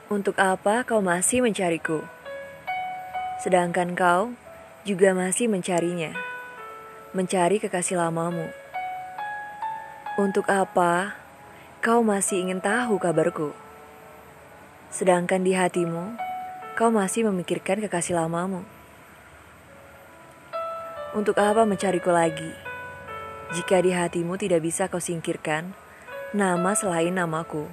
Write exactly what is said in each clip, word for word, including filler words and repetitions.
Untuk apa kau masih mencariku? Sedangkan kau juga masih mencarinya, mencari kekasih lamamu. Untuk apa kau masih ingin tahu kabarku? Sedangkan di hatimu, kau masih memikirkan kekasih lamamu. Untuk apa mencariku lagi? Jika di hatimu tidak bisa kau singkirkan nama selain namaku.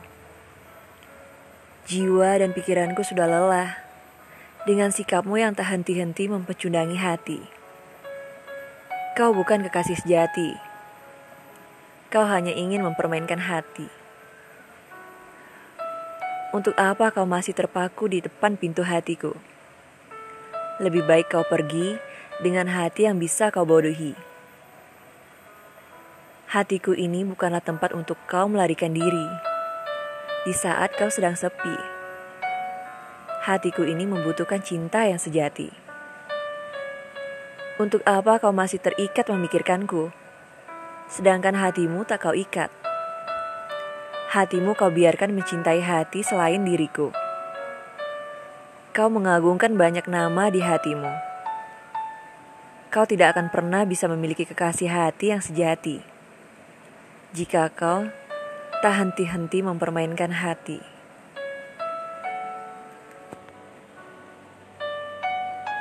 Jiwa dan pikiranku sudah lelah dengan sikapmu yang tak henti-henti mempecundangi hati. Kau bukan kekasih sejati. Kau hanya ingin mempermainkan hati. Untuk apa kau masih terpaku di depan pintu hatiku? Lebih baik kau pergi dengan hati yang bisa kau bodohi. Hatiku ini bukanlah tempat untuk kau melarikan diri di saat kau sedang sepi. Hatiku ini membutuhkan cinta yang sejati. Untuk apa kau masih terikat memikirkanku, sedangkan hatimu tak kau ikat? Hatimu kau biarkan mencintai hati selain diriku. Kau mengagungkan banyak nama di hatimu. Kau tidak akan pernah bisa memiliki kekasih hati yang sejati jika kau tak henti-henti mempermainkan hati.